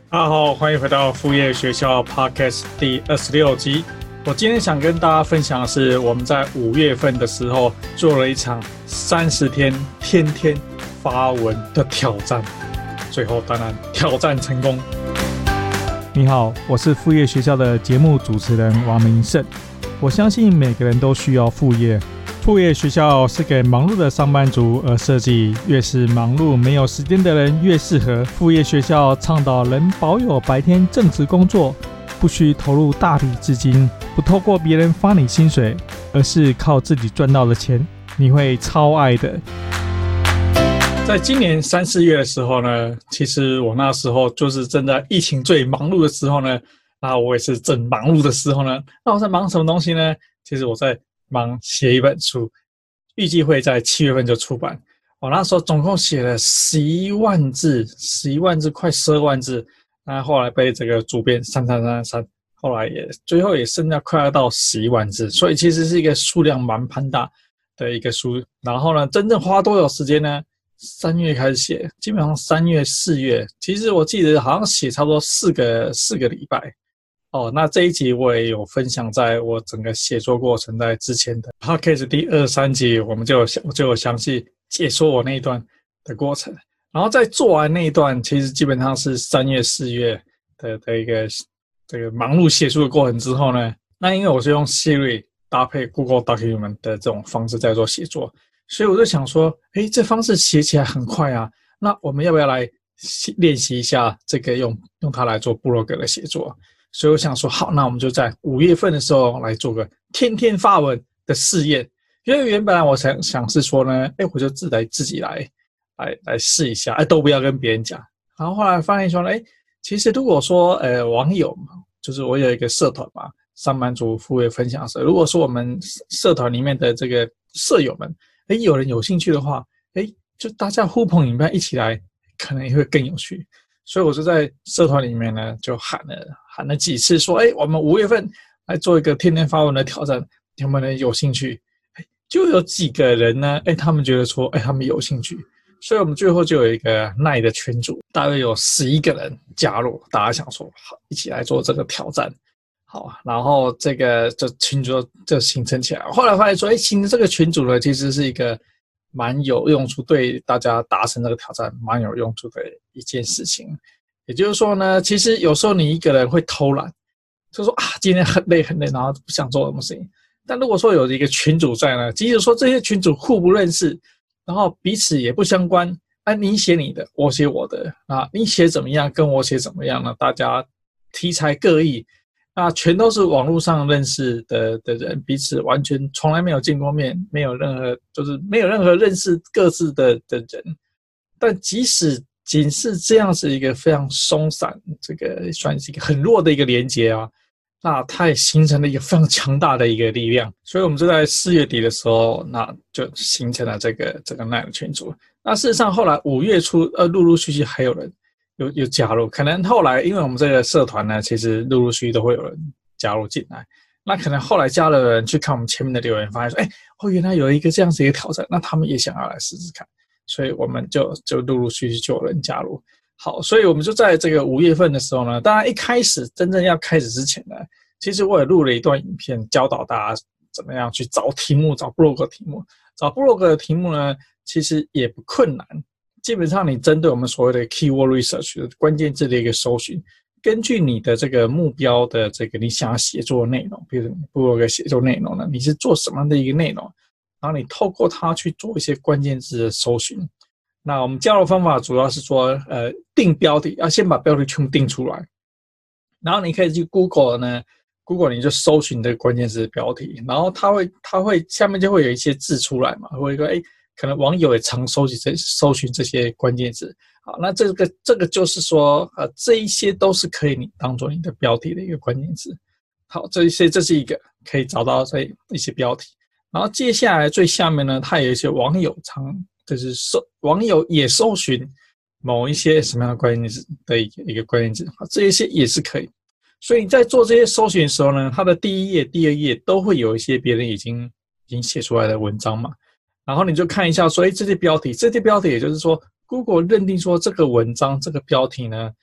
大家好，欢迎回到副业学校 Podcast 第26集。我今天想跟大家分享的是，我们在5月份的时候做了一场30天天天发文的挑战，最后当然挑战成功。 你好，我是副业学校的节目主持人王明胜。我相信每个人都需要副业，副业学校是给忙碌的上班族而设计，越是忙碌没有时间的人越适合。副业学校倡导能保有白天正职工作，不需投入大笔资金，不透过别人发你薪水，而是靠自己赚到的钱，你会超爱的。 在今年3、4月的时候呢，其实我那时候就是正在疫情最忙碌的时候呢，那我也是正忙碌的时候呢，那我在忙什么东西呢？其实我在忙写一本书，预计会在7月份就出版。我那时候总共写了11万字，11万字，快12万字。那后来被这个主编删，后来最后也剩下快要到11万字，所以其实是一个数量蛮庞大的一个书。然后呢，真正花多少时间呢？3月开始写，基本上3月、4月，其实我记得好像写差不多4个礼拜。那这一集我也有分享在我整个写作过程，在之前的 Podcast 第23集，我就有详细解说我那一段的过程。然后在做完那一段，其实基本上是3月、4月的一个这个忙碌写书的过程之后呢，那因为我是用 Siri 搭配 Google Document 的这种方式在做写作，所以我就想说，这方式写起来很快啊，那我们要不要来练习一下这个用它来做部落格的写作？所以我想说，好，那我们就在5月份的时候来做个天天发文的试验。因为原本来我想是说呢，我就自己来试一下，都不要跟别人讲。然后后来发现说，其实如果说网友嘛，就是我有一个社团嘛，上班族副业分享社，如果说我们社团里面的这个舍友们，有人有兴趣的话，就大家呼朋引伴一起来，可能也会更有趣。所以我就在社团里面呢，就喊了几次说，我们5月份来做一个天天发文的挑战，有没有人有兴趣？就有几个人呢，他们觉得说，他们有兴趣，所以我们最后就有一个NINE的群组，大约有11个人加入，大家想说，好，一起来做这个挑战。好，然后这群组就形成起来。后来发现说，形成这个群组呢，其实是一个蛮有用处，对大家达成这个挑战蛮有用处的一件事情。也就是说呢，其实有时候你一个人会偷懒，就说今天很累，然后不想做什么事情。但如果说有一个群组在呢，即使说这些群组互不认识，然后彼此也不相关，你写你的，我写我的，你写怎么样，跟我写怎么样呢？大家题材各异，全都是网络上认识的人，彼此完全从来没有见过面，没有任何认识各自的人。但仅是这样是一个非常松散，这个算是一个很弱的一个连结啊，那它也形成了一个非常强大的一个力量。所以我们就在4月底的时候，那就形成了这个NINE群组。那事实上后来5月初陆陆续续还有人有加入，可能后来因为我们这个社团呢，其实陆陆续续都会有人加入进来，那可能后来加了的人去看我们前面的留言，发现说，原来有一个这样子一个挑战，那他们也想要来试试看，所以我们就陆陆续续就有人加入。好，所以我们就在这个5月份的时候呢，当然一开始真正要开始之前呢，其实我也录了一段影片，教导大家怎么样去找题目，找部落格题目。找部落格的题目呢，其实也不困难。基本上你针对我们所谓的 keyword research 的关键字的一个搜寻，根据你的这个目标的这个你想要写作的内容，比如部落格写作内容呢，你是做什么样的一个内容，然后你透过它去做一些关键字的搜寻。那我们教的方法主要是说，定标题，要先把标题全部定出来，然后你可以去 Google 呢 ，Google 你就搜寻这个关键字的标题，然后它会下面就会有一些字出来嘛，会说可能网友也常搜寻这些关键字。好，那这个就是说，这一些都是可以你当做你的标题的一个关键字。好，这是一个可以找到这一些标题，然后接下来最下面呢，它有一些网友就是网友也搜寻某一些什么样的关键字的一个关键字，这一些也是可以。所以你在做这些搜寻的时候呢，它的第1页、第2页都会有一些别人已经写出来的文章嘛，然后你就看一下说，这些标题也就是说 Google 认定说这个文章这个标题呢，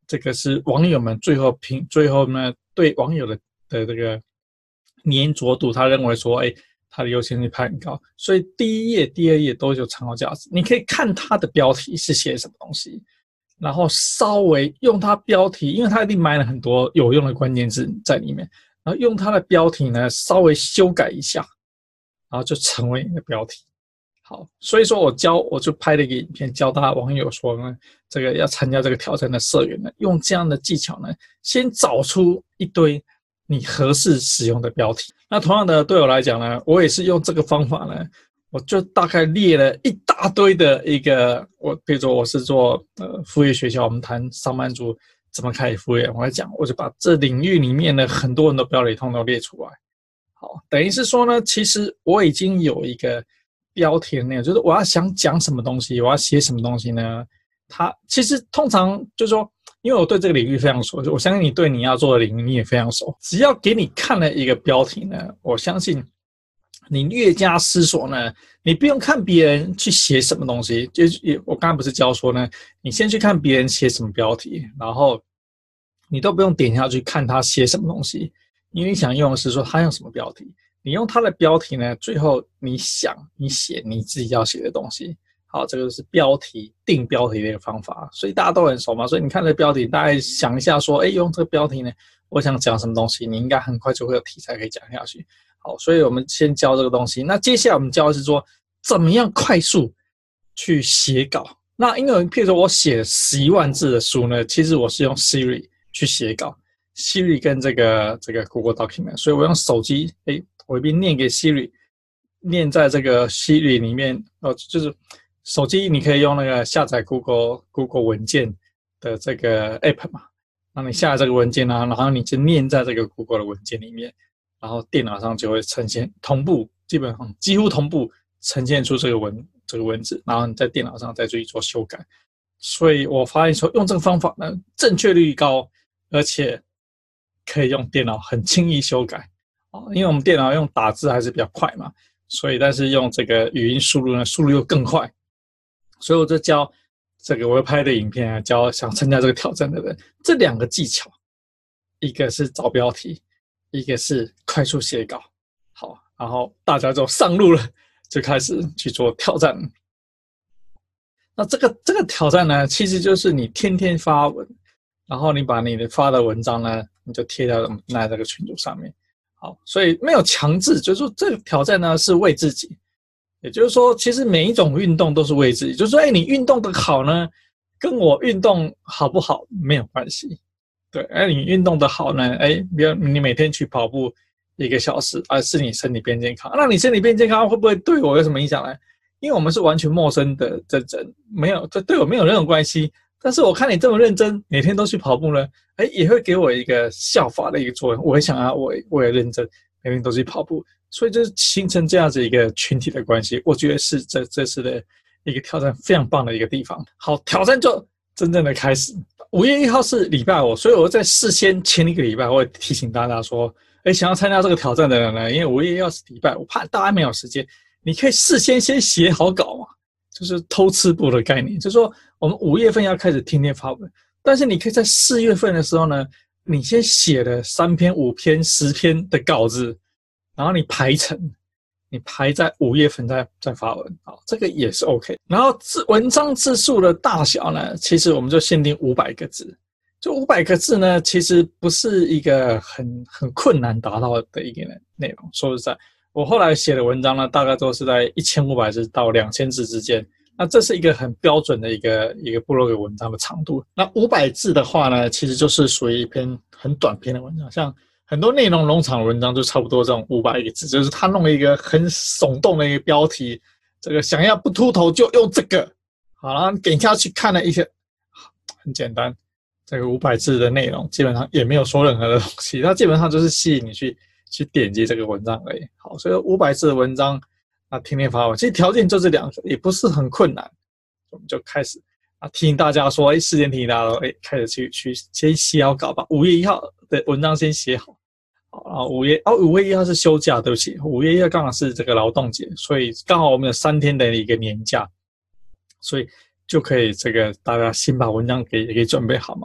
这个是网友们最后呢对网友的这个粘着度，他认为说，他的优先级排很高，所以第一页、第二页都有参考价值。你可以看它的标题是写什么东西，然后稍微用它标题，因为它一定埋了很多有用的关键字在里面，然后用它的标题呢稍微修改一下，然后就成为你的标题。好，所以说我就拍了一个影片，教大家网友说呢，这个要参加这个挑战的社员呢，用这样的技巧呢，先找出一堆你合适使用的标题。那同样的，对我来讲呢，我也是用这个方法呢，我就大概列了一大堆的一个，比如说我是做副业学校，我们谈上班族怎么开始副业，我来讲，我就把这领域里面的很多人的标题通通列出来。好，等于是说呢，其实我已经有一个标题的内容，就是我要想讲什么东西，我要写什么东西呢？它其实通常就是说，因为我对这个领域非常熟，我相信你对你要做的领域你也非常熟。只要给你看了一个标题呢，我相信你越加思索呢，你不用看别人去写什么东西。我刚才不是教说呢，你先去看别人写什么标题，然后你都不用点下去看他写什么东西，因为你想用的是说他用什么标题。你用它的标题呢，最后你写你自己要写的东西。好，这个是标题定标题的一个方法，所以大家都很熟嘛。所以你看这个标题，大概想一下说，用这个标题呢，我想讲什么东西，你应该很快就会有题材可以讲下去。好，所以我们先教这个东西。那接下来我们教的是说，怎么样快速去写稿。那因为譬如说我写11万字的书呢，其实我是用 Siri 去写稿。Siri 跟这个 Google Document， 所以我用手机，我一边念给 Siri， 念在这个 Siri 里面，就是手机你可以用那个下载 Google 文件的这个 App 嘛，那你下载这个文件啊，然后你就念在这个 Google 的文件里面，然后电脑上就会呈现同步，基本上几乎同步呈现出这个文字，然后你在电脑上再去做修改。所以我发现说用这个方法呢，正确率高，而且可以用电脑很轻易修改。因为我们电脑用打字还是比较快嘛，所以但是用这个语音输入呢，速度又更快。所以我就教这个我会拍的影片啊，教想参加这个挑战的人，这2个技巧，一个是找标题，一个是快速写稿。好，然后大家就上路了，就开始去做挑战。那这个挑战呢，其实就是你天天发文，然后你把你的发的文章呢，你就贴到那这个群组上面。好，所以没有强制，就是说这个挑战呢是为自己，也就是说，其实每一种运动都是为自己。就是说，你运动的好呢，跟我运动好不好没有关系。对，你运动的好呢，比如你每天去跑步1个小时，是你身体变健康。那你身体变健康会不会对我有什么影响呢？因为我们是完全陌生的人，没有，这对我没有任何关系。但是我看你这么认真，每天都去跑步呢，也会给我一个效法的一个作用。我会想啊，我也认真，每天都去跑步，所以就形成这样子一个群体的关系。我觉得是这次的一个挑战非常棒的一个地方。好，挑战就真正的开始。5月1号是礼拜5，所以我在事先前1个礼拜，我会提醒大家说，想要参加这个挑战的人呢，因为5月1号是礼拜，我怕大家没有时间，你可以事先先写好稿嘛。就是偷吃步的概念，就是说我们5月份要开始天天发文，但是你可以在4月份的时候呢，你先写了3篇、5篇、10篇的稿子，然后你排在5月份再发文，好，这个也是 OK。然后文章字数的大小呢，其实我们就限定500个字，就500个字呢，其实不是一个很困难达到的一个内容，说实在。我后来写的文章呢，大概都是在1500字到2000字之间。那这是一个很标准的一个部落格文章的长度。那500字的话呢，其实就是属于一篇很短篇的文章，像很多内容农场的文章就差不多这种500个字，就是他弄了一个很耸动的一个标题，这个想要不秃头就用这个。好，然后点下去看了一些，很简单，这个500字的内容基本上也没有说任何的东西，它基本上就是吸引你去点击这个文章而已。好，所以500字的文章，那天天发文，其实条件就这2个，也不是很困难。我们就开始提醒大家说，事先提醒大家说，开始去先写好稿吧。5月1号的文章先写好。好，然后5月1号是休假，对不起，5月1号刚好是这个劳动节，所以刚好我们有3天的一个年假，所以就可以这个大家先把文章给准备好嘛。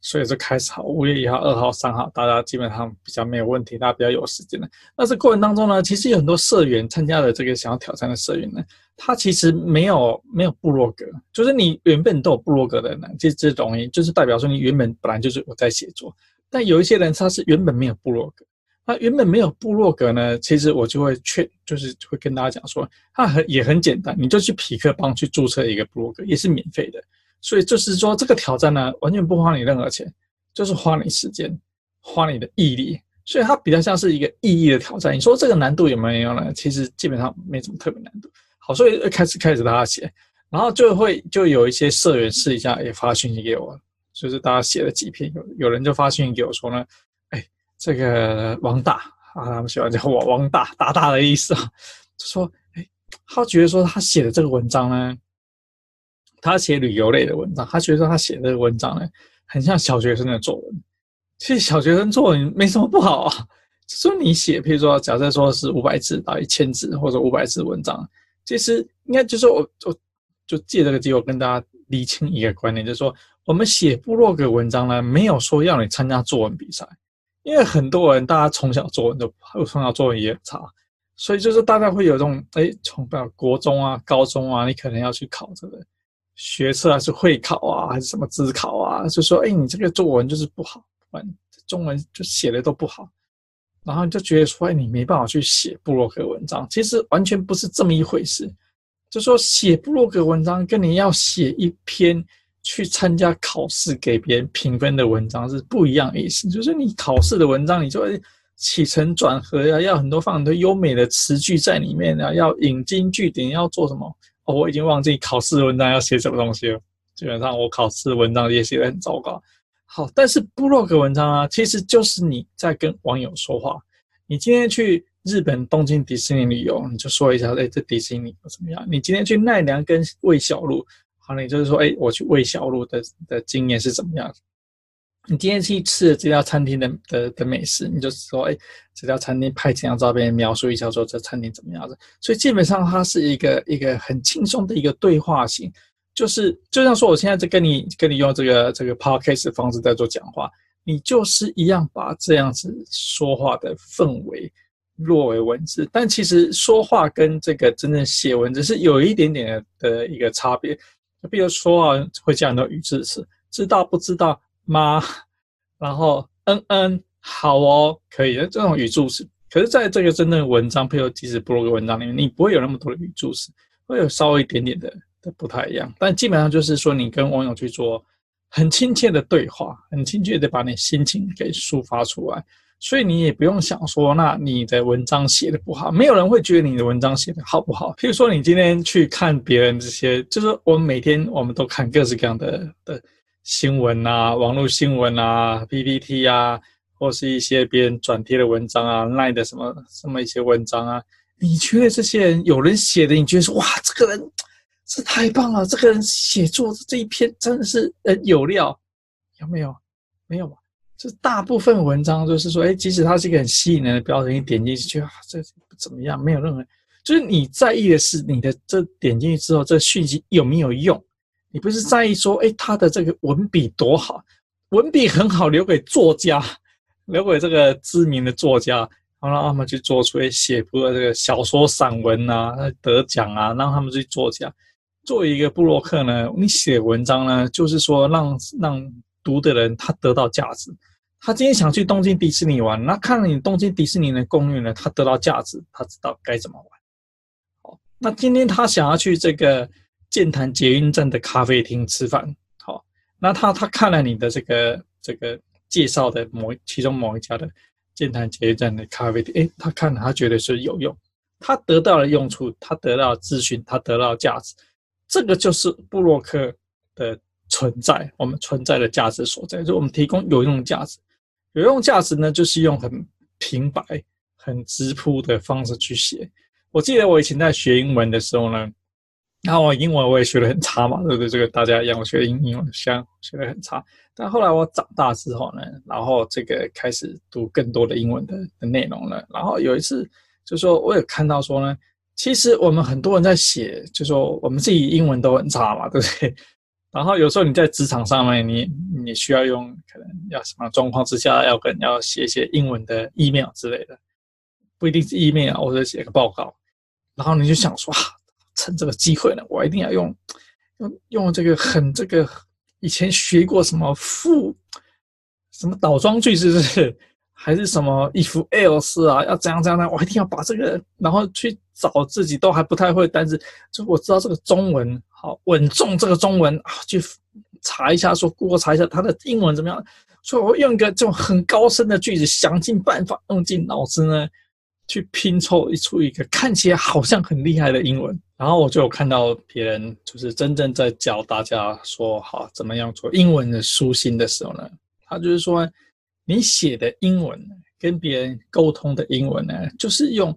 所以就开始好，5月1号、2号、3号，大家基本上比较没有问题，大家比较有时间了。那这过程当中呢，其实有很多社员参加了这个想要挑战的社员呢，他其实没有部落格，就是你原本都有部落格的人呢，这种就是代表说你原本本来就是我在写作，但有一些人他是原本没有部落格。那原本没有部落格呢，其实我就会就是会跟大家讲说，也很简单，你就去匹克邦去注册一个部落格，也是免费的。所以就是说，这个挑战呢，完全不花你任何钱，就是花你时间，花你的毅力。所以它比较像是一个意义的挑战。你说这个难度有没有呢？其实基本上没什么特别难度。好，所以开始大家写，然后就有一些社员试一下，也发讯息给我，就是大家写了几篇，有人就发讯息给我说呢，这个王大啊，他们喜欢叫我王大，大大的意思啊，就说，他觉得说他写的这个文章呢，他写旅游类的文章，他觉得说他写的这个文章呢，很像小学生的作文。其实小学生作文没什么不好啊，就说你写，譬如说，假设说是500字到1000字或者500字文章，其实应该就是我就借这个机会跟大家厘清一个观念，就是说，我们写部落格文章呢，没有说要你参加作文比赛。因为很多人，大家从小作文也很差，所以就是大家会有这种，从国中啊、高中啊，你可能要去考这个学测还是会考啊，还是什么自考啊，就说，你这个作文就是不好，中文就写的都不好，然后你就觉得说，你没办法去写部落格文章，其实完全不是这么一回事。就说写部落格文章跟你要写一篇去参加考试给别人评分的文章是不一样的意思，就是你考试的文章，你就会起承转合啊，要放很多优美的词句在里面啊，要引经据典，要做什么？我已经忘记考试的文章要写什么东西了。基本上我考试的文章也写得很糟糕。好，但是部落格文章啊，其实就是你在跟网友说话。你今天去日本东京迪士尼旅游，你就说一下，这迪士尼怎么样？你今天去奈良跟魏小路。好，你就是说，我去魏小路的经验是怎么样？你今天去吃了这家餐厅的美食，你就说，这家餐厅拍几张照片，描述一下说这餐厅怎么样子。所以基本上它是一个很轻松的一个对话型，就像说我现在在跟你用这个 podcast 的方式在做讲话，你就是一样把这样子说话的氛围落为文字，但其实说话跟这个真正写文字是有一点点的一个差别。比如说啊，会讲很多语助词，知道不知道吗？然后好哦，可以的这种语助词。可是在这个真正的文章，譬如即使部落格文章里面，你不会有那么多的语助词，会有稍微一点点的不太一样。但基本上就是说，你跟网友去做很亲切的对话，很亲切的把你心情给抒发出来。所以你也不用想说，那你的文章写的不好，没有人会觉得你的文章写的好不好。譬如说，你今天去看别人这些，就是我们每天我们都看各式各样的新闻啊，网络新闻啊 ，PPT 啊，或是一些别人转贴的文章啊 ，LINE 的什么一些文章啊，你觉得这些人有人写的，你觉得说哇，这个人这太棒了，这个人写作这一篇真的是有料，有没有？没有吧？就大部分文章就是说，即使它是一个很吸引人的标题，你点进去觉得这不怎么样，没有任何，就是你在意的是你的这点进去之后，这讯息有没有用？你不是在意说，他的这个文笔多好，文笔很好，留给作家，留给这个知名的作家，然后让他们去做出写出的这个小说、散文啊，得奖啊，让他们去作家。作为一个部落客呢，你写文章呢，就是说让读的人他得到价值。他今天想去东京迪士尼玩，那看了你东京迪士尼的攻略呢，他得到价值，他知道该怎么玩。好，那今天他想要去这个剑潭捷运站的咖啡厅吃饭，好，那他看了你的这个介绍的其中某一家的剑潭捷运站的咖啡厅，他看了他觉得是有用，他得到了用处，他得到了资讯，他得到了价值，这个就是部落客的存在，我们存在的价值所在，就是我们提供有用价值。有用价值呢，就是用很平白、很直朴的方式去写。我记得我以前在学英文的时候呢，然后我英文我也学得很差嘛，对不对？这个大家一样，我学英文学得很差。但后来我长大之后呢，然后这个开始读更多的英文的内容了。然后有一次就说，我有看到说呢，其实我们很多人在写，就说我们自己英文都很差嘛，对不对？ 然后有时候你在职场上面，你需要用可能要什么状况之下要写一些英文的 email 之类的，不一定是 email 或者写个报告，然后你就想说趁这个机会呢，我一定要用这个以前学过什么什么倒装句是不是？还是什么 if else 啊，要怎样，我一定要把这个，然后去找自己都还不太会，但是就我知道这个中文好稳重，这个中文去查一下，说 Google 查一下它的英文怎么样，所以我用一个这种很高深的句子，想尽办法用尽脑子呢，去拼凑出一个看起来好像很厉害的英文。然后我就有看到别人就是真正在教大家说怎么样做英文的书信的时候呢，他就是说你写的英文跟别人沟通的英文呢，就是用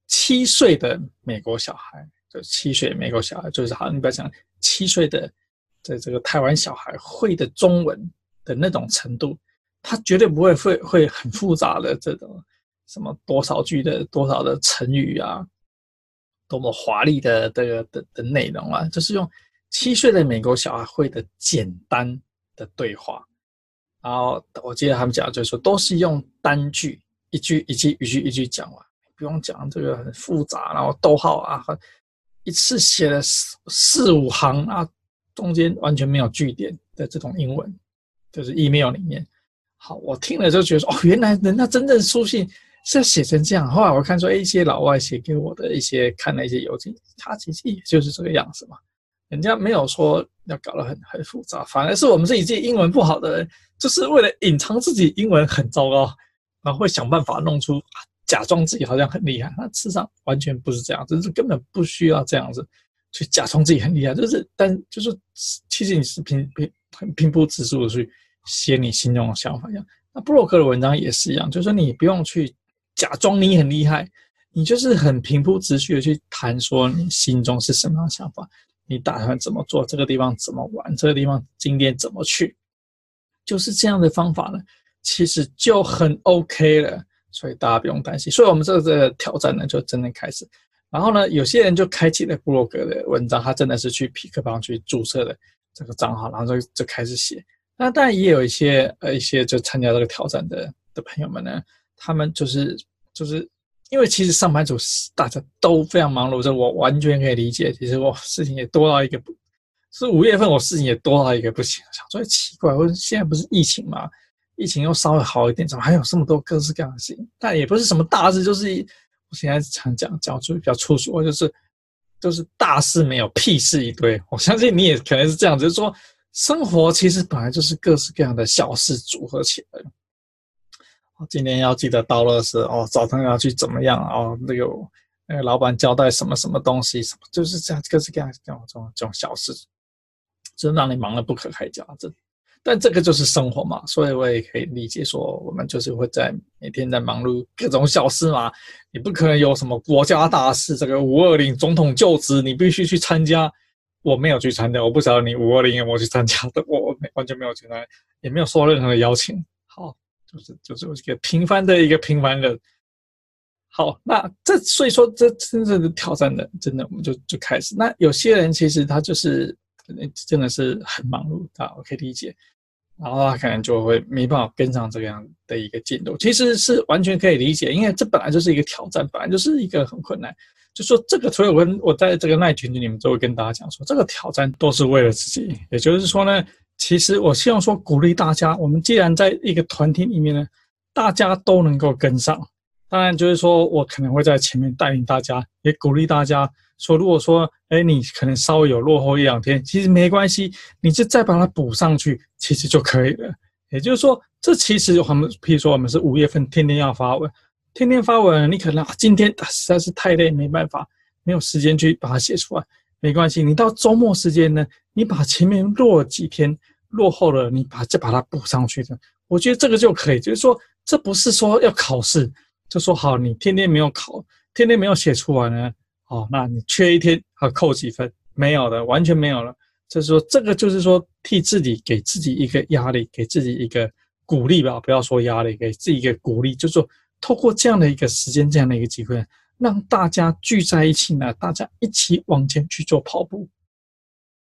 7岁的美国小孩，就7岁美国小孩，就是你不要讲7岁的这个台湾小孩会的中文的那种程度，他绝对不会很复杂的这种什么多少句的多少的成语啊，多么华丽的内容啊，就是用7岁的美国小孩会的简单的对话。然后我记得他们讲就是说都是用单句一句讲完，不用讲这个很复杂，然后逗号一次写了4-5行中间完全没有句点的这种英文，就是 email 里面。好，我听了就觉得说原来人家真正书信是要写成这样。后来我看说一些老外写给我的看了一些邮件，他其实也就是这个样子嘛。人家没有说要搞得很复杂，反而是我们自己英文不好的人，就是为了隐藏自己英文很糟糕，然后会想办法弄出假装自己好像很厉害。那事实上完全不是这样，就是根本不需要这样子去假装自己很厉害，但其实你是很平铺直述的去写你心中的想法一样。那部落格的文章也是一样，就是说你不用去假装你很厉害，你就是很平铺直叙的去谈说你心中是什么样的想法，你打算怎么做，这个地方怎么玩，这个地方景点怎么去，就是这样的方法呢，其实就很 OK 了，所以大家不用担心。所以我们这个挑战呢就真的开始。然后呢，有些人就开启了部落格的文章，他真的是去痞客邦去注册的这个账号，然后就开始写。那当然也有一些就参加这个挑战的朋友们呢，他们就是因为其实上班族大家都非常忙碌，这我完全可以理解。其实我事情也多到一个是5月份我事情也多到一个不行，想说奇怪，我现在不是疫情吗？疫情又稍微好一点，怎么还有这么多各式各样的事情？但也不是什么大事，就是我现在常讲就比较粗俗，就是大事没有，屁事一堆。我相信你也可能是这样子，就是说生活其实本来就是各式各样的小事组合起来的。今天要记得到垃圾早上要去怎么样那个老板交代什么什么东西，什么就是这样各式各样这种小事，真让你忙得不可开交。但这个就是生活嘛，所以我也可以理解说，我们就是会每天在忙碌各种小事嘛。你不可能有什么国家大事，这个520总统就职，你必须去参加。我没有去参加，我不晓得你520有没有去参加的，我完全没有去参加，也没有收到任何的邀请。好，就是一个平凡的人。好，那所以说这真正的挑战的，真的我们就开始。那有些人其实他就是真的是很忙碌，我可以理解，然后他可能就会没办法跟上这样的一个进度，其实是完全可以理解，因为这本来就是一个挑战，本来就是一个很困难。就说这个，所以我在这个LINE群里面都会跟大家讲说，这个挑战都是为了自己。也就是说呢，其实我希望说鼓励大家，我们既然在一个团体里面呢，大家都能够跟上。当然就是说我可能会在前面带领大家，也鼓励大家说，如果说你可能稍微有落后1-2天，其实没关系，你就再把它补上去，其实就可以了。也就是说，这其实我们譬如说我们是5月份天天要发文，天天发文，你可能今天实在是太累，没办法，没有时间去把它写出来，没关系，你到周末时间呢，你把前面落几天落后了，你再把它补上去的，我觉得这个就可以。就是说，这不是说要考试，就说好，你天天没有考，天天没有写出来呢，那你缺1天扣几分？没有的，完全没有了。就是说，这个就是说替自己给自己一个压力，给自己一个鼓励吧，不要说压力，给自己一个鼓励，就是说透过这样的一个时间，这样的一个机会，让大家聚在一起呢，大家一起往前去做跑步。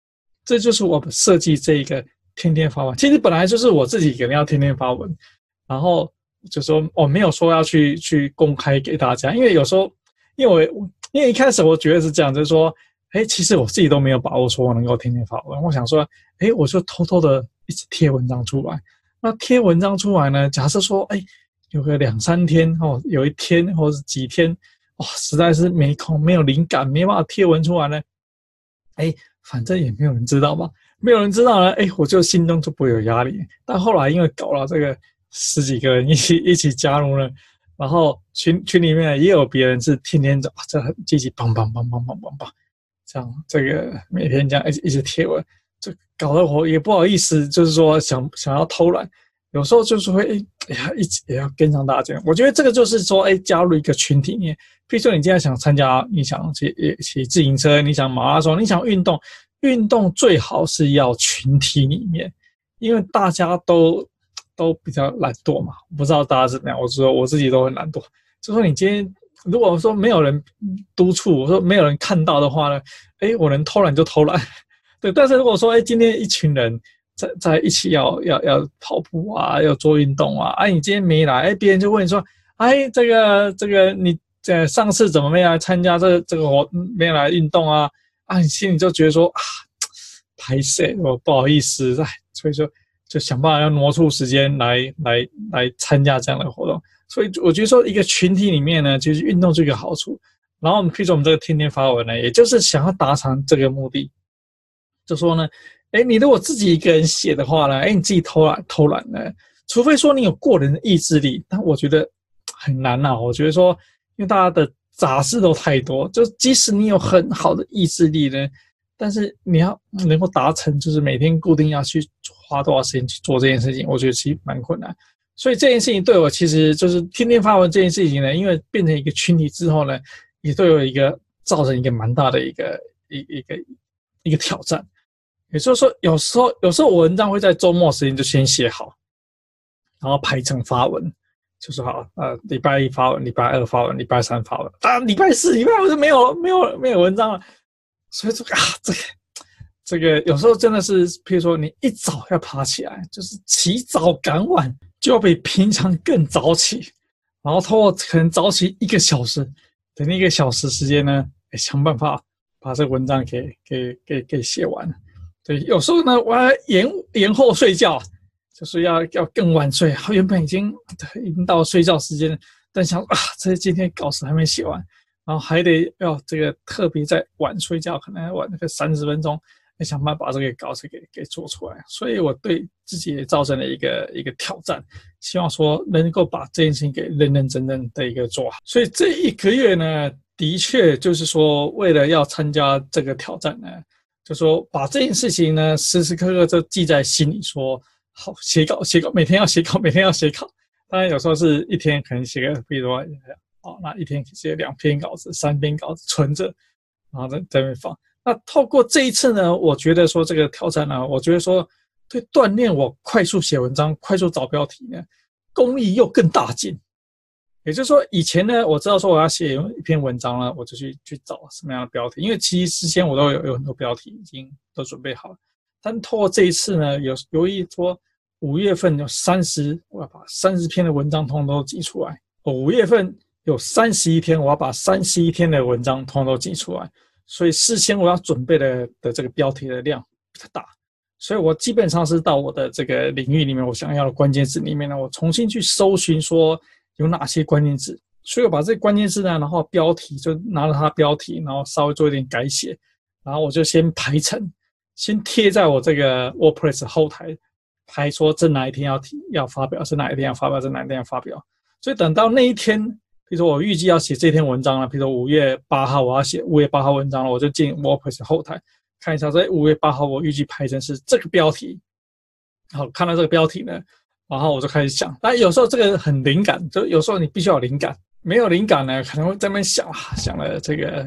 这就是我们设计这一个天天发文。其实本来就是我自己一个人要天天发文，然后就说我没有说要去公开给大家，因为有时候因为一开始我觉得是这样，就是说，其实我自己都没有把握说我能够天天发文。我想说，我就偷偷的一直贴文章出来。那贴文章出来呢，假设说，有个2-3天有一天或者是几天，实在是没空、没有灵感、没办法贴文出来呢，反正也没有人知道嘛，没有人知道呢，我就心中就不会有压力。但后来因为搞了这个10几个人一起加入了，然后群里面也有别人是天天这很积极，棒，这样这个每天这样一直贴文，就搞得我也不好意思，就是说想要偷懒，有时候就是会一直也要跟上大家。我觉得这个就是说加入一个群体里面，比如说你今天想参加，你想骑自行车，你想马拉松，你想运动最好是要群体里面，因为大家都比较懒惰嘛。我不知道大家是怎么样，我说我自己都很懒惰。就说你今天如果说没有人督促，我说没有人看到的话呢，我能偷懒就偷懒。对，但是如果说今天一群人在一起要跑步啊，要做运动啊，你今天没来，别人就问你说，这个你上次怎么没来参加这个活没来运动啊？你心里就觉得说拍谁，我不好意思，所以说就想办法要挪出时间来参加这样的活动。所以我觉得说一个群体里面呢，就是运动这个好处。然后譬如说我们这个天天发文呢，也就是想要达成这个目的，就说呢，你如果自己一个人写的话呢，你自己偷懒呢，除非说你有过人的意志力，但我觉得很难啊。我觉得说，因为大家的杂事都太多，就即使你有很好的意志力呢，但是你要能够达成，就是每天固定要去花多少时间去做这件事情，我觉得其实蛮困难。所以这件事情对我其实就是天天发文这件事情呢，因为变成一个群体之后呢，也对我造成一个蛮大的一个挑战。也就是说，有时候我文章会在周末时间就先写好，然后排成发文，就是好礼拜1发文，礼拜2发文，礼拜3发文，礼拜4、礼拜5就没有文章了。所以这个有时候真的是，譬如说你一早要爬起来，就是起早赶晚，就要比平常更早起，然后通过可能早起1个小时，等1个小时时间呢，想办法把这个文章给写完。对，有时候呢，我还延后睡觉，就是要更晚睡。原本已经到睡觉时间了，但想这今天稿子还没写完，然后还得要这个特别在晚睡觉，可能要晚那个30分钟，想办法把这个稿子给做出来。所以我对自己也造成了一个挑战，希望说能够把这件事情给认认真真的一个做好。所以这1个月呢，的确就是说为了要参加这个挑战呢，就说把这件事情呢时时刻刻就记在心里，说好写稿，每天要写稿。当然有时候是一天可能写个，比如说那一天写2篇稿子、3篇稿子存着，然后在那边放。那透过这一次呢，我觉得说这个挑战呢，我觉得说对锻炼我快速写文章、快速找标题呢，功力又更大进。也就是说，以前呢，我知道说我要写一篇文章呢，我就去找什么样的标题，因为其实事先我都有很多标题已经都准备好了。但透过这一次呢，由于说5月份有我要把30篇的文章通通都挤出来。5月份有31天，我要把31天的文章通通都挤出来。所以事先我要准备的这个标题的量比较大，所以我基本上是到我的这个领域里面，我想要的关键字里面呢，我重新去搜寻说有哪些关键字，所以我把这个关键字呢，然后标题就拿了它的标题，然后稍微做一点改写，然后我就先排成，先贴在我这个 WordPress 后台，排说这哪一天要发表，是哪一天要发表，这哪一天要发表。所以等到那一天，比如说我预计要写这篇文章了，比如说5月8号我要写5月8号文章了，我就进 WordPress 后台看一下，在5月8号我预计排成是这个标题。好，看到这个标题呢，然后我就开始想。但有时候这个很灵感，就有时候你必须要有灵感，没有灵感呢，可能会在那边想了这个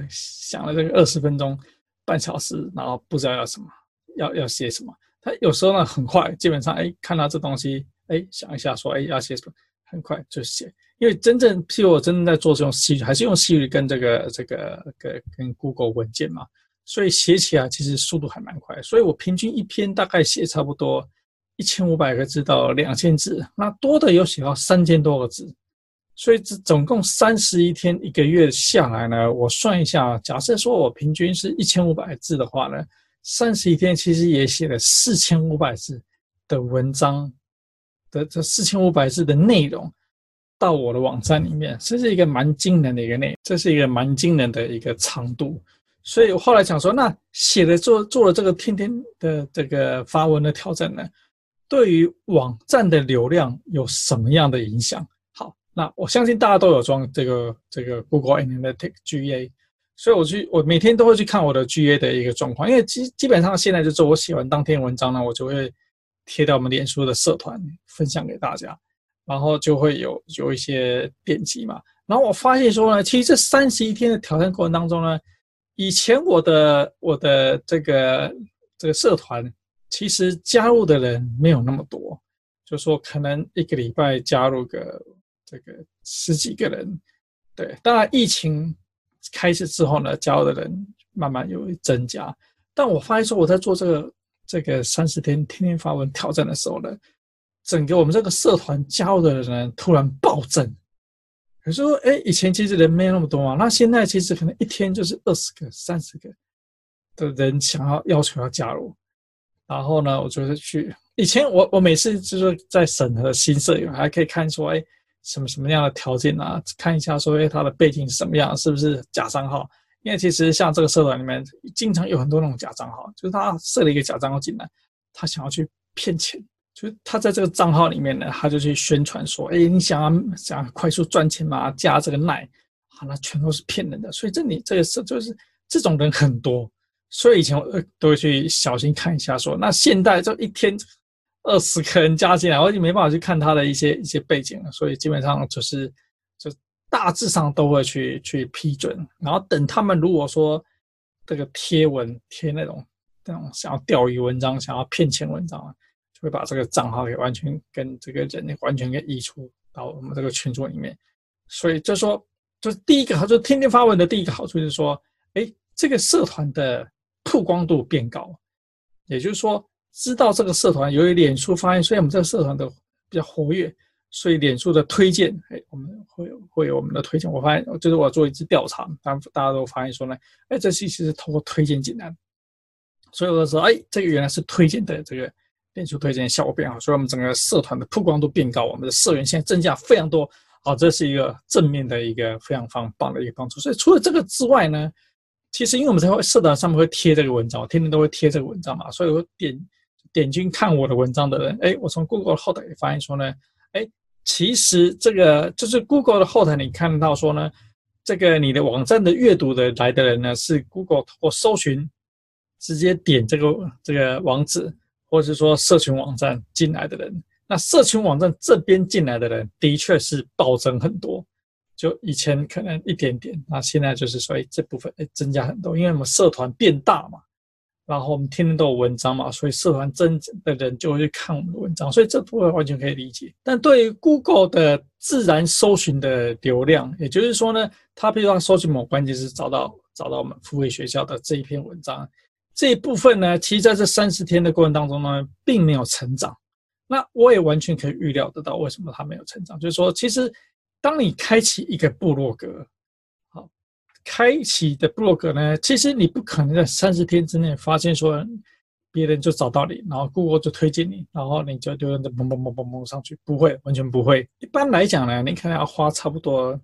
20分钟、半小时，然后不知道要什么，要写什么。他有时候呢很快，基本上看到这东西，想一下说要写什么，很快就写。因为譬如我真正在做这种还是用 Siri 跟跟 Google 文件嘛， 所以写起来其实速度还蛮快。所以我平均一篇大概写差不多1500个字到2000字，那多的有写到3000多个字。所以这总共31天1个月下来呢，我算一下，假设说我平均是1500字的话呢，31天其实也写了4500字的文章的，这4500字的内容到我的网站里面，这是一个蛮惊人的一个内容，这是一个蛮惊人的一个长度。所以我后来想说，那写了做了这个天天的这个发文的挑战呢，对于网站的流量有什么样的影响？好，那我相信大家都有装这个 Google Analytics GA， 所以我每天都会去看我的 GA 的一个状况，因为基本上现在就是我写完当天文章呢，我就会贴到我们脸书的社团分享给大家，然后就会有一些点击嘛。然后我发现说呢，其实这31天的挑战过程当中呢，以前我的这个社团其实加入的人没有那么多，就说可能一个礼拜加入个这个10几个人。对，当然疫情开始之后呢，加入的人慢慢有增加。但我发现说我在做这个30天天天发文挑战的时候呢，整个我们这个社团加入的人突然暴增。可是说，以前其实人没有那么多嘛，那现在其实可能一天就是20个、30个的人要求要加入。然后呢，我就是以前我每次就是在审核新社员，还可以看说，什么样的条件啊，看一下说，他的背景是什么样，是不是假账号？因为其实像这个社团里面，经常有很多那种假账号，就是他设了一个假账号进来，他想要去骗钱。就是他在这个账号里面呢，他就去宣传说，你想要快速赚钱嘛，加这个奈，那全都是骗人的。所以这个就是这种人很多，所以以前我都会去小心看一下说，那现在就一天20个人加进来，我已经没办法去看他的一些背景了，所以基本上就大致上都会去批准，然后等他们如果说这个贴那种想要钓鱼文章、想要骗钱文章，就会把这个账号给完全跟这个人完全给移除到我们这个群组里面。所以就是说，就是第一个就是天天发文的第一个好处就是说，这个社团的曝光度变高，也就是说，知道这个社团由于脸书发现，所以我们这个社团的比较活跃，所以脸书的推荐，我们会有我们的推荐。我发现就是我做一次调查，大家都发现说呢，这其实是透过推荐进来的，所以我就说，这个原来是推荐的这个脸书推荐效果变好，所以我们整个社团的曝光度变高，我们的社员现在增加非常多。好，这是一个正面的一个非常棒的一个帮助。所以除了这个之外呢，其实因为我们在社团上面会贴这个文章，我天天都会贴这个文章嘛，所以我点进看我的文章的人，我从 Google 的后台也发现说呢，其实这个就是 Google 的后台，你看到说呢，这个你的网站的阅读的来的人呢，是 Google 通过搜寻直接点这个网址，或者是说社群网站进来的人。那社群网站这边进来的人的确是暴增很多，就以前可能一点点，那现在就是说这部分增加很多，因为我们社团变大嘛，然后我们天天都有文章嘛，所以社团真的人就会去看我们的文章，所以这部分完全可以理解。但对于 Google 的自然搜寻的流量，也就是说呢，它比如说搜寻某关键字找到我们付费学校的这一篇文章，这一部分呢，其实在这30天的过程当中呢，并没有成长。那我也完全可以预料得到为什么它没有成长，就是说，其实当你开启一个部落格，好，开启的部落格呢，其实你不可能在30天之内发现说别人就找到你，然后 Google 就推荐你，然后你就丢人的嘣嘣嘣嘣嘣上去，不会，完全不会。一般来讲呢，你可能要花差不多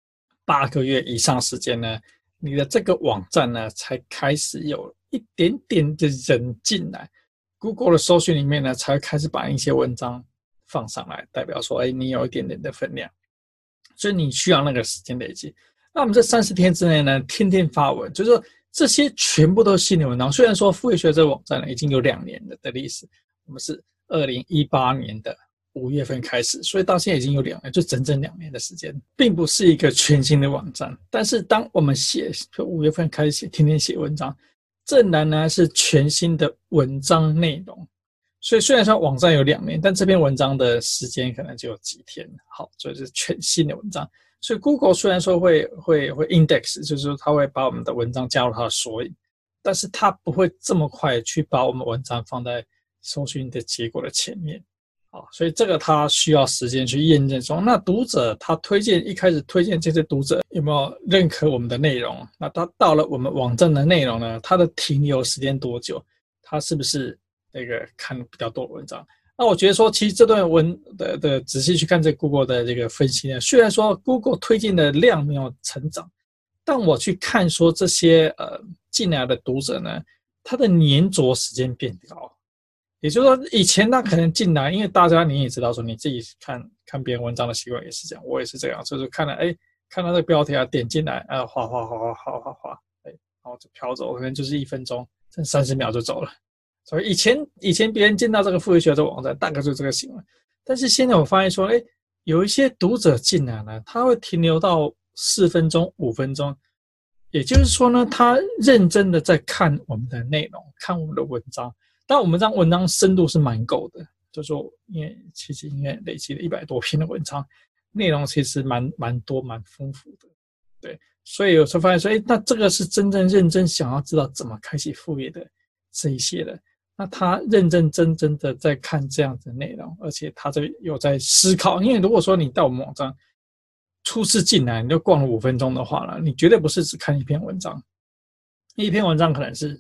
8个月以上时间呢，你的这个网站呢才开始有一点点的人进来。Google 的搜寻里面呢，才会开始把一些文章放上来，代表说，你有一点点的分量，所以你需要那个时间累积。那我们这30天之内呢，天天发文，就是说这些全部都是新的文章。虽然说付费学这个网站呢已经有2年的历史，我们是2018年的5月份开始，所以到现在已经有2年，就整整2年的时间，并不是一个全新的网站。但是当我们5月份开始写，天天写文章。这仍然是全新的文章内容，所以虽然说网站有2年，但这篇文章的时间可能只有几天。好，所以是全新的文章。所以 Google 虽然说会 index， 就是说它会把我们的文章加入它的索引， 但是它不会这么快去把我们文章放在搜寻的结果的前面。好，所以这个它需要时间去验证中。那读者他一开始推荐这些读者有没有认可我们的内容？那他到了我们网站的内容呢？他的停留时间多久？他是不是那个看比较多的文章？那我觉得说，其实这段文的仔细去看这 Google 的这个分析呢，虽然说 Google 推荐的量没有成长，但我去看说这些进来的读者呢，他的粘着时间变高。也就是说，以前他可能进来，因为大家你也知道说，你自己看别人文章的习惯也是这样，我也是这样，就是看了看到这个标题啊，点进来啊，哗，然后就飘走，可能就是1分钟，甚至30秒就走了。所以以前别人见到这个付费学校这个网站，大概就是这个行为。但是现在我发现说，有一些读者进来呢，他会停留到4分钟、5分钟，也就是说呢，他认真的在看我们的内容，看我们的文章。但我们这样文章深度是蛮够的，就是说，因为其实应该累积了100多篇的文章，内容其实蛮多、蛮丰富的，对。所以有时候发现说，那这个是真正认真想要知道怎么开启副业的这一些人，那他认真的在看这样的内容，而且他有在思考。因为如果说你到我们网站初次进来，你就逛了5分钟的话呢，你绝对不是只看一篇文章，一篇文章可能是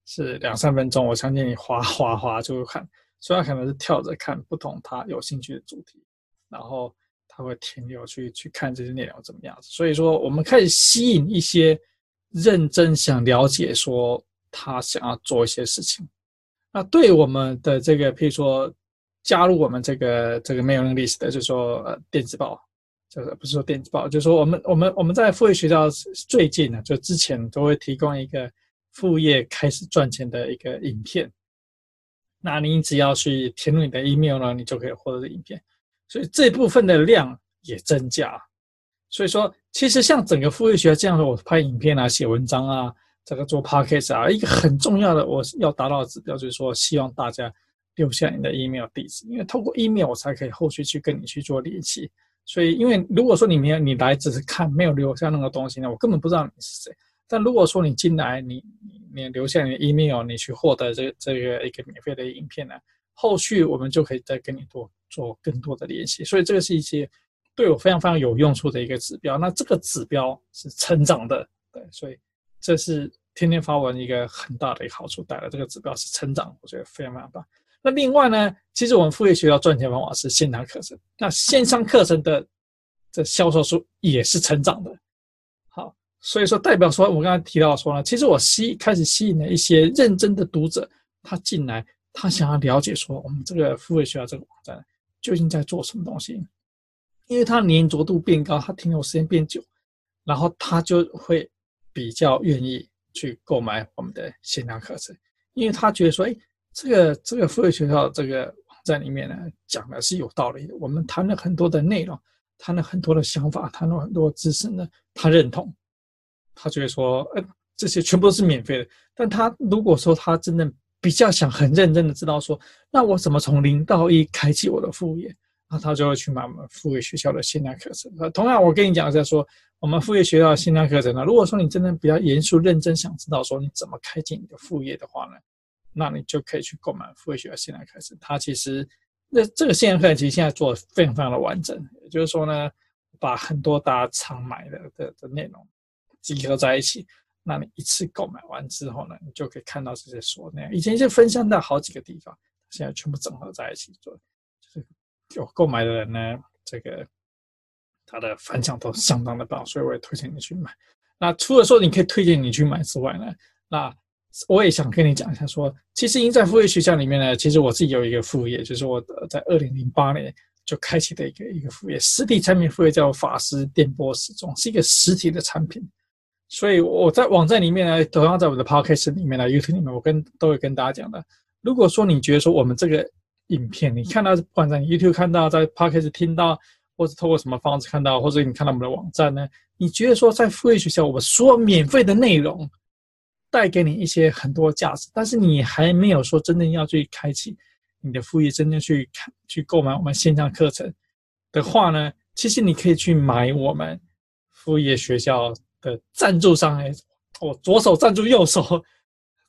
2-3分钟，我相信你滑就会看，所以他可能是跳着看不同他有兴趣的主题，然后他会停留去看这些内容怎么样子。所以说我们开始吸引一些认真想了解说他想要做一些事情。那对我们的这个譬如说加入我们这个 mailing list 的，就是说电子报，就是不是说电子报，就是说我们在副业学校最近呢，就之前都会提供一个副业开始赚钱的一个影片，那你只要去填入你的 email 呢，你就可以获得这影片，所以这部分的量也增加。所以说其实像整个副业学校这样的，我拍影片啊，写文章啊，这个做 podcast 啊，一个很重要的我要达到的指标就是说，希望大家留下你的 email 地址，因为透过 email 我才可以后续去跟你去做联系。所以因为如果说你来只是看，没有留下那个东西呢，我根本不知道你是谁。但如果说你进来，你留下你的 email， 你去获得这个一个免费的影片呢，后续我们就可以再跟你做更多的联系。所以这个是一些对我非常非常有用处的一个指标。那这个指标是成长的，对，所以这是天天发文一个很大的一个好处，带来这个指标是成长，我觉得非常非常棒。那另外呢，其实我们副业学校赚钱方法是线上课程，那线上课程的这销售数也是成长的。好，所以说代表说我刚才提到说呢，其实我开始吸引了一些认真的读者，他进来，他想要了解说我们这个副业学校这个网站究竟在做什么东西，因为他粘着度变高，他停留时间变久，然后他就会比较愿意去购买我们的线上课程，因为他觉得说，这个副业学校这个网站里面呢，讲的是有道理的，我们谈了很多的内容，谈了很多的想法，谈了很多知识呢，他认同，他觉得说，这些全部都是免费的。但他如果说他真的比较想很认真的知道说，那我怎么从0到1开启我的副业，那他就会去买我们副业学校的线上课程。同样，我跟你讲一下说，我们副业学校的线上课程呢，如果说你真的比较严肃认真想知道说你怎么开启你的副业的话呢，那你就可以去购买副业学校线上课程。它其实这个线上课程其实现在做的非常非常的完整，也就是说呢，把很多大家常买的内容集合在一起，那你一次购买完之后呢，你就可以看到这些所有内容。以前就分散到好几个地方，现在全部整合在一起做，就是有购买的人呢，这个他的反响都相当的棒，所以我也推荐你去买。那除了说你可以推荐你去买之外呢，那我也想跟你讲一下说，其实因在副业学校里面呢，其实我自己有一个副业，就是我在2008年就开启的一个副业，实体产品副业叫法师电波时钟，是一个实体的产品。所以我在网站里面呢，同样在我的 podcast 里面呢 YouTube 里面，我都会跟大家讲的，如果说你觉得说我们这个影片你看到不管在 YouTube 看到，在 podcast 听到，或者透过什么方式看到，或者你看到我们的网站呢，你觉得说在副业学校我们所有免费的内容带给你一些很多价值，但是你还没有说真正要去开启你的副业，真正去购买我们线上课程的话呢，其实你可以去买我们副业学校的赞助商，我左手赞助右手，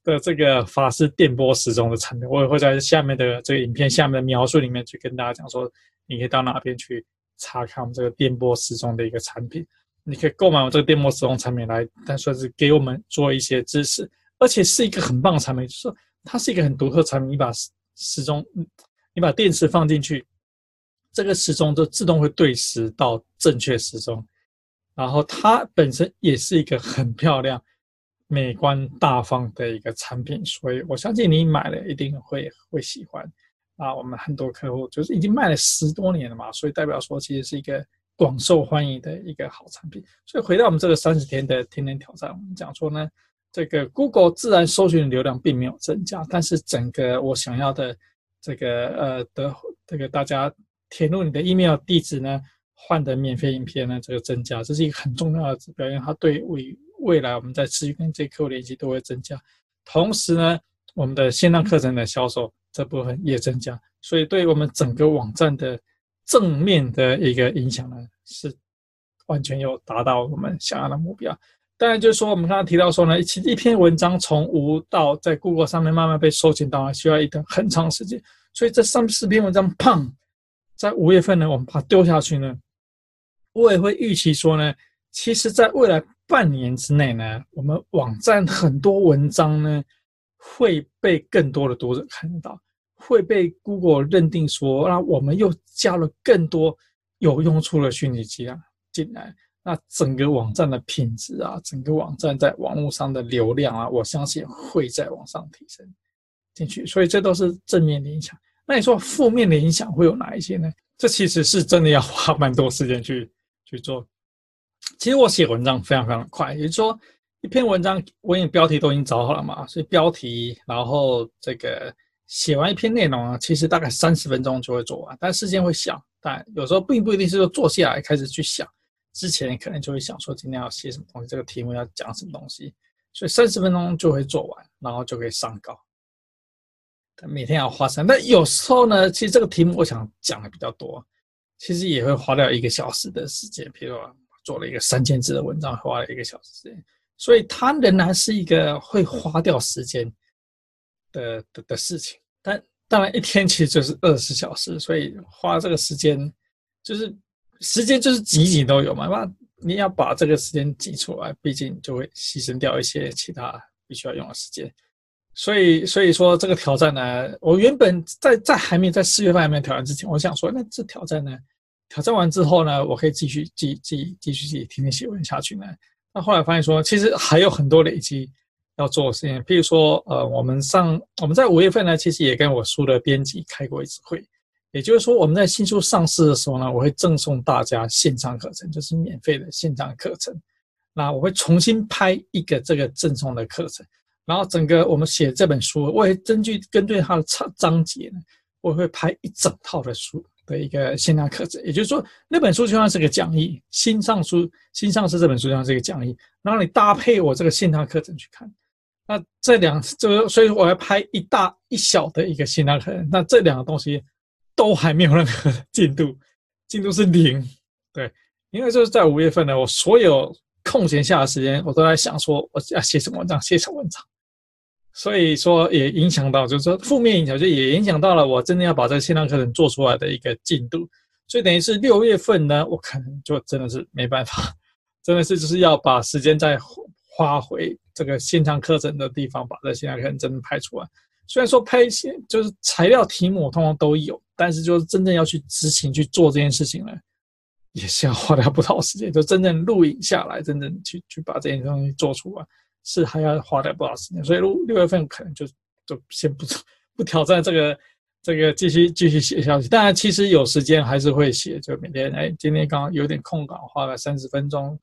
的这个法式电波时钟的产品，我也会在下面的这个影片下面的描述里面去跟大家讲说，你可以到哪边去查看我们这个电波时钟的一个产品，你可以购买我们这个电波时钟产品来，但算是给我们做一些支持，而且是一个很棒的产品，就是说它是一个很独特的产品，你把时钟，你把电池放进去，这个时钟就自动会对时到正确时钟，然后它本身也是一个很漂亮、美观大方的一个产品，所以我相信你买了一定会喜欢。啊，我们很多客户就是已经卖了10多年了嘛，所以代表说其实是一个广受欢迎的一个好产品。所以回到我们这个30天的天天挑战，我们讲说呢，这个 Google 自然搜寻流量并没有增加，但是整个我想要的这个大家填入你的 email 地址呢，换的免费影片呢，这个增加，这是一个很重要的指标，因为它对未来我们在持续跟这些客户联系都会增加。同时呢，我们的线上课程的销售这部分也增加，所以对我们整个网站的正面的一个影响呢，是完全有达到我们想要的目标。当然就是说，我们刚刚提到说呢，其实一篇文章从无到在 Google 上面慢慢被收集到，需要一段很长时间。所以这30篇文章，砰，在5月份呢，我们把它丢下去呢，我也会预期说呢，其实在未来半年之内呢，我们网站很多文章呢会被更多的读者看到，会被 Google 认定说，那我们又加了更多有用处的讯息进来，那整个网站的品质啊，整个网站在网络上的流量啊，我相信会在往上提升进去，所以这都是正面的影响。那你说负面的影响会有哪一些呢？这其实是真的要花蛮多时间去做。其实我写文章非常非常快，也就是说一篇文章我已经标题都已经找好了嘛，所以标题，然后这个写完一篇内容啊，其实大概30分钟就会做完，但时间会想，但有时候并不一定是说坐下来开始去想，之前可能就会想说今天要写什么东西，这个题目要讲什么东西，所以30分钟就会做完，然后就可以上稿。每天要花3，但有时候呢，其实这个题目我想讲的比较多，其实也会花掉1个小时的时间，比如说做了一个3000字的文章，花了1个小时时间，所以它仍然是一个会花掉时间的事情。但当然一天其实就是24小时，所以花这个时间就是挤都有嘛，那你要把这个时间挤出来，毕竟就会牺牲掉一些其他必须要用的时间。所以说这个挑战呢，我原本在还没在4月份还没有挑战之前，我想说，那这挑战呢，挑战完之后呢，我可以继续天天写文下去呢。那后来发现说，其实还有很多累积要做的事情，譬如说，我们在5月份呢，其实也跟我书的编辑开过一次会，也就是说，我们在新书上市的时候呢，我会赠送大家线上课程，就是免费的线上课程。那我会重新拍一个这个赠送的课程。然后整个我们写这本书，我也根据它的章节呢，我会拍一整套的书的一个线上课程。也就是说，那本书就像是个讲义，新上市这本书就像是一个讲义，然后你搭配我这个线上课程去看。那所以我要拍一小的一个线上课程。那这2个东西都还没有任何进度是0。对，因为就是在5月份呢，我所有空闲下的时间，我都在想说我要写什么文章。所以说也影响到，就是说负面影响，就也影响到了我真的要把这个线上课程做出来的一个进度。所以等于是6月份呢，我可能就真的是没办法，真的是就是要把时间再花回这个线上课程的地方，把这个线上课程真的拍出来。虽然说拍就是材料题目我通常都有，但是就是真正要去执行去做这件事情呢，也是要花掉不少时间，就真正录影下来，真正去把这件东西做出来，是还要花掉不少时间。所以6月份可能就先不挑战这个继续写下去。当然其实有时间还是会写，就每天今天刚刚有点空档，花了30分钟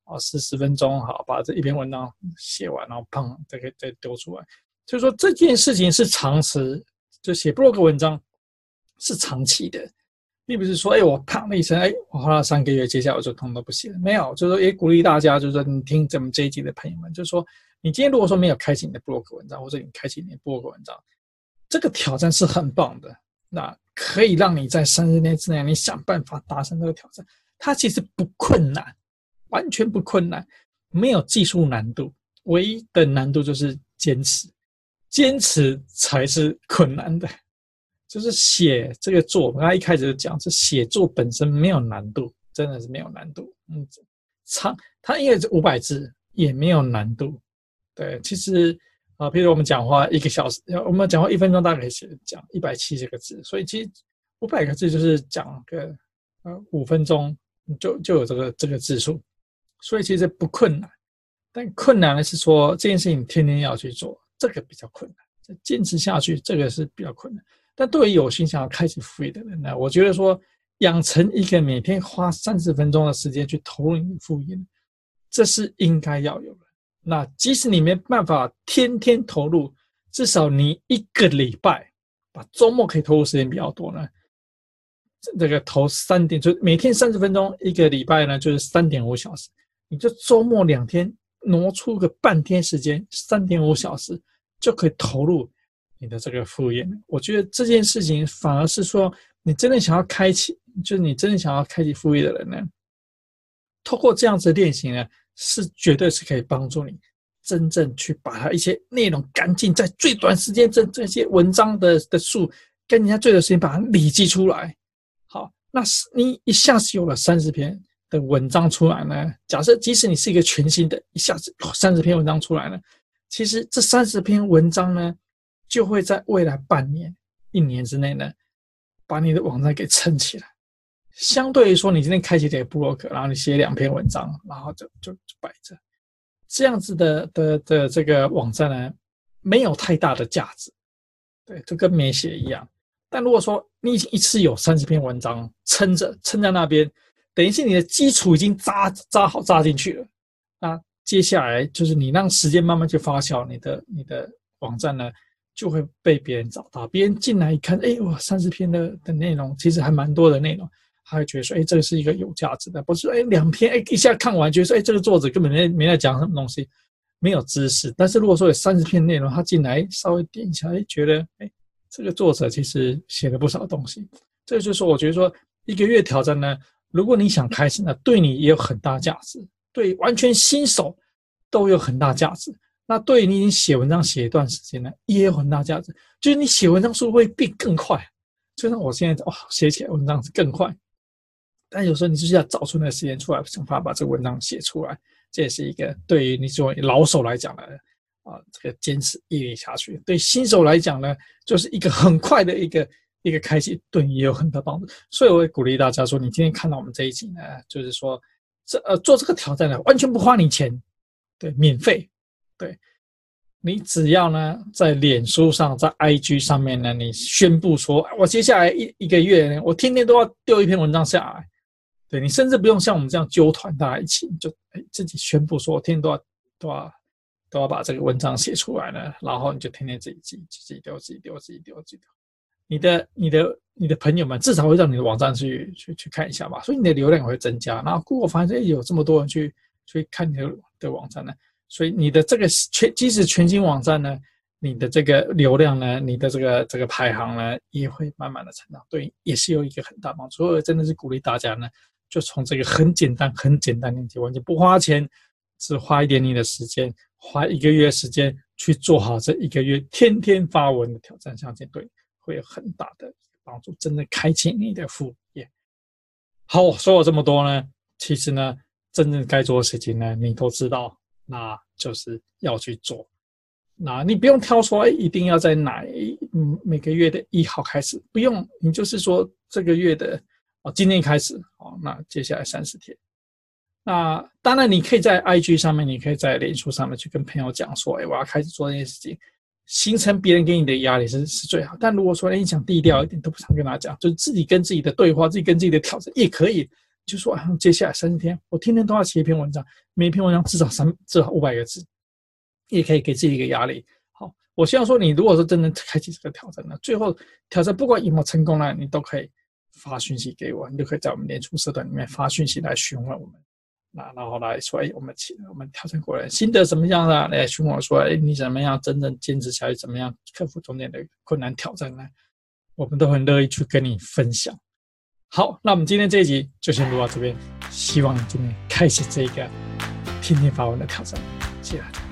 40分钟，好把这一篇文章写完，然后砰再丢出来。就是说这件事情是长时，就写部落格文章是长期的，并不是说我砰的一声我花了3个月，接下来我就通通都不写了。没有，就是说也鼓励大家，就是说你听咱们这一集的朋友们，就是说你今天如果说没有开启你的部落格文章，或者你开启你的部落格文章，这个挑战是很棒的，那可以让你在30天之内你想办法达成这个挑战。它其实不困难，完全不困难，没有技术难度，唯一的难度就是坚持。 坚持才是困难的。就是写这个作，我刚才一开始就讲，这写作本身没有难度，真的是没有难度。它因为是500字，也没有难度。对，其实譬如我们讲话1个小时，我们讲话1分钟大概可以讲170个字，所以其实500个字就是讲个5分钟就有这个字数，所以其实不困难。但困难的是说这件事情天天要去做，这个比较困难。坚持下去，这个是比较困难。但对于有心想要开启副业的人呢，我觉得说养成一个每天花30分钟的时间去投入你的副业，这是应该要有的。那即使你没办法天天投入，至少你1个礼拜把周末可以投入时间比较多呢，这个投3点，就每天30分钟，1个礼拜呢就是3.5小时，你就周末2天挪出个半天时间，3.5小时就可以投入你的这个副业。我觉得这件事情反而是说，你真的想要开启，就是你真的想要开启副业的人呢，透过这样子的练习呢，是绝对是可以帮助你真正去把它一些内容赶紧在最短时间这些文章的数跟人家最短时间把它累积出来。好，那你一下子有了30篇的文章出来呢，假设即使你是一个全新的，一下子30篇文章出来呢，其实这30篇文章呢，就会在未来半年、1年之内呢，把你的网站给撑起来。相对于说，你今天开启这个部落格，然后你写2篇文章，然后就摆着，这样子的这个网站呢，没有太大的价值，对，就跟没写一样。但如果说你已经一次有30篇文章撑在那边，等于是你的基础已经扎进去了。那接下来就是你让时间慢慢去发酵，你的网站呢就会被别人找到，别人进来一看，哇，30篇的内容其实还蛮多的内容，他会觉得说，这个是一个有价值的，不是2篇一下看完觉得说，这个作者根本没在讲什么东西，没有知识。但是如果说有30篇内容，他进来稍微点一下，觉得这个作者其实写了不少东西。这就是说，我觉得说1个月挑战呢，如果你想开始呢，对你也有很大价值，对完全新手都有很大价值。那对于你已经写文章写一段时间呢，也有很大价值，就是你写文章速度会变更快。就像我现在写起来文章是更快，但有时候你就是要找出那个时间出来，想办法把这个文章写出来。这也是一个对于你作为老手来讲的这个坚持毅力下去。对新手来讲呢，就是一个很快的一个开启，对你也有很大帮助。所以我会鼓励大家说，你今天看到我们这一集呢，就是说做这个挑战呢，完全不花你钱，对，免费。对，你只要呢在脸书上，在 IG 上面呢，你宣布说，我接下来一个月呢，我天天都要丢1篇文章下来。对，你甚至不用像我们这样揪团大家一起，就自己宣布说，我天天都要把这个文章写出来呢，然后你就天天自己丢。你的朋友们至少会让你的网站去看一下吧，所以你的流量会增加。然后 Google 发现有这么多人去看你的网站呢，所以你的这个即使全新网站呢，你的这个流量呢，你的这个排行呢，也会慢慢的成长，对，也是有一个很大帮助。所以真的是鼓励大家呢，就从这个很简单的练习，完全不花钱，只花一点你的时间，花1个月时间去做好这1个月天天发文的挑战，相信对会有很大的帮助，真的开启你的副业。好，说了这么多呢，其实呢，真正该做的事情呢，你都知道，那就是要去做。那你不用挑说一定要在每个月的1号开始，不用，你就是说这个月的今天开始，那接下来30天。那当然你可以在 IG 上面，你可以在脸书上面去跟朋友讲说，我要开始做这件事情，形成别人给你的压力是最好。但如果说你想低调一点，都不想跟他讲，就是自己跟自己的对话，自己跟自己的挑战也可以，就说接下来30天，我天天都要写1篇文章，每一篇文章至少500个字，也可以给自己一个压力。好，我希望说你如果说真的开启这个挑战呢，最后挑战不管有没有成功呢，你都可以发讯息给我，你就可以在我们脸书社团里面发讯息来询问我们。然后来说，我们挑战过来心得怎么样呢？来询问我说，你怎么样真正坚持下去，怎么样克服中间的困难挑战呢？我们都很乐意去跟你分享。好，那我们今天这一集就先录到这边，希望你今天开始这个天天发文的挑战，谢谢大家。